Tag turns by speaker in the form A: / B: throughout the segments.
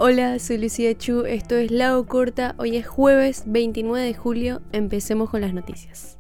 A: Hola, soy Lucía Chu, esto es La O Corta, hoy es jueves 29 de julio, empecemos con las noticias.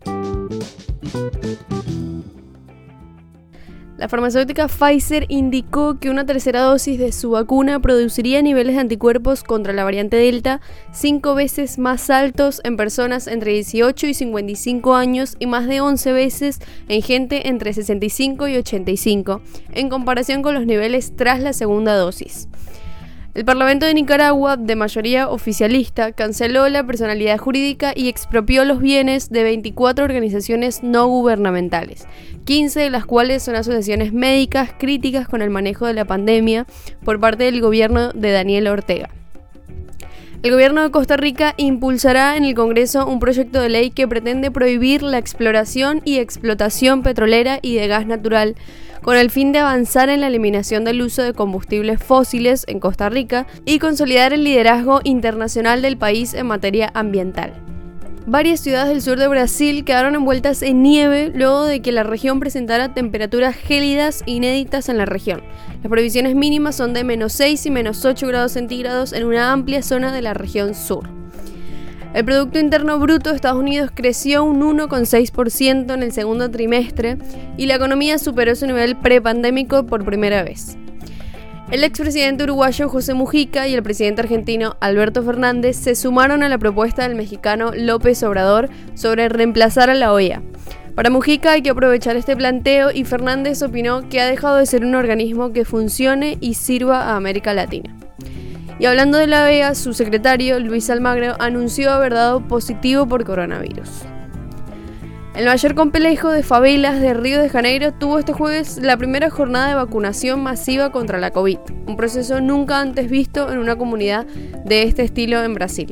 A: La farmacéutica Pfizer indicó que una tercera dosis de su vacuna produciría niveles de anticuerpos contra la variante Delta 5 veces más altos en personas entre 18 y 55 años y más de 11 veces en gente entre 65 y 85, en comparación con los niveles tras la segunda dosis. El Parlamento de Nicaragua, de mayoría oficialista, canceló la personalidad jurídica y expropió los bienes de 24 organizaciones no gubernamentales, 15 de las cuales son asociaciones médicas críticas con el manejo de la pandemia por parte del gobierno de Daniel Ortega. El gobierno de Costa Rica impulsará en el Congreso un proyecto de ley que pretende prohibir la exploración y explotación petrolera y de gas natural, con el fin de avanzar en la eliminación del uso de combustibles fósiles en Costa Rica y consolidar el liderazgo internacional del país en materia ambiental. Varias ciudades del sur de Brasil quedaron envueltas en nieve luego de que la región presentara temperaturas gélidas inéditas en la región. Las previsiones mínimas son de -6 y -8 grados centígrados en una amplia zona de la región sur. El Producto Interno Bruto de Estados Unidos creció un 1,6% en el segundo trimestre y la economía superó su nivel prepandémico por primera vez. El expresidente uruguayo José Mujica y el presidente argentino Alberto Fernández se sumaron a la propuesta del mexicano López Obrador sobre reemplazar a la OEA. Para Mujica hay que aprovechar este planteo y Fernández opinó que ha dejado de ser un organismo que funcione y sirva a América Latina. Y hablando de la OEA, su secretario Luis Almagro anunció haber dado positivo por coronavirus. El mayor complejo de favelas de Río de Janeiro tuvo este jueves la primera jornada de vacunación masiva contra la COVID, un proceso nunca antes visto en una comunidad de este estilo en Brasil.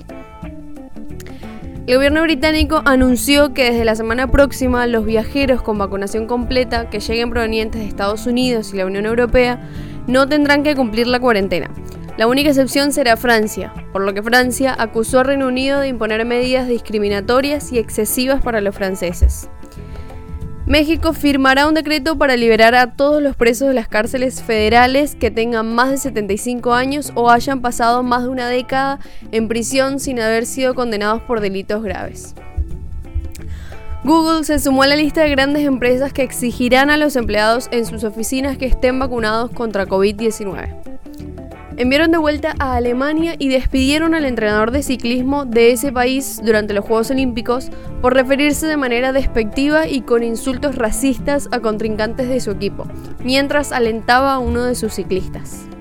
A: El gobierno británico anunció que desde la semana próxima los viajeros con vacunación completa que lleguen provenientes de Estados Unidos y la Unión Europea no tendrán que cumplir la cuarentena. La única excepción será Francia, por lo que Francia acusó a Reino Unido de imponer medidas discriminatorias y excesivas para los franceses. México firmará un decreto para liberar a todos los presos de las cárceles federales que tengan más de 75 años o hayan pasado más de una década en prisión sin haber sido condenados por delitos graves. Google se sumó a la lista de grandes empresas que exigirán a los empleados en sus oficinas que estén vacunados contra COVID-19. Enviaron de vuelta a Alemania y despidieron al entrenador de ciclismo de ese país durante los Juegos Olímpicos por referirse de manera despectiva y con insultos racistas a contrincantes de su equipo, mientras alentaba a uno de sus ciclistas.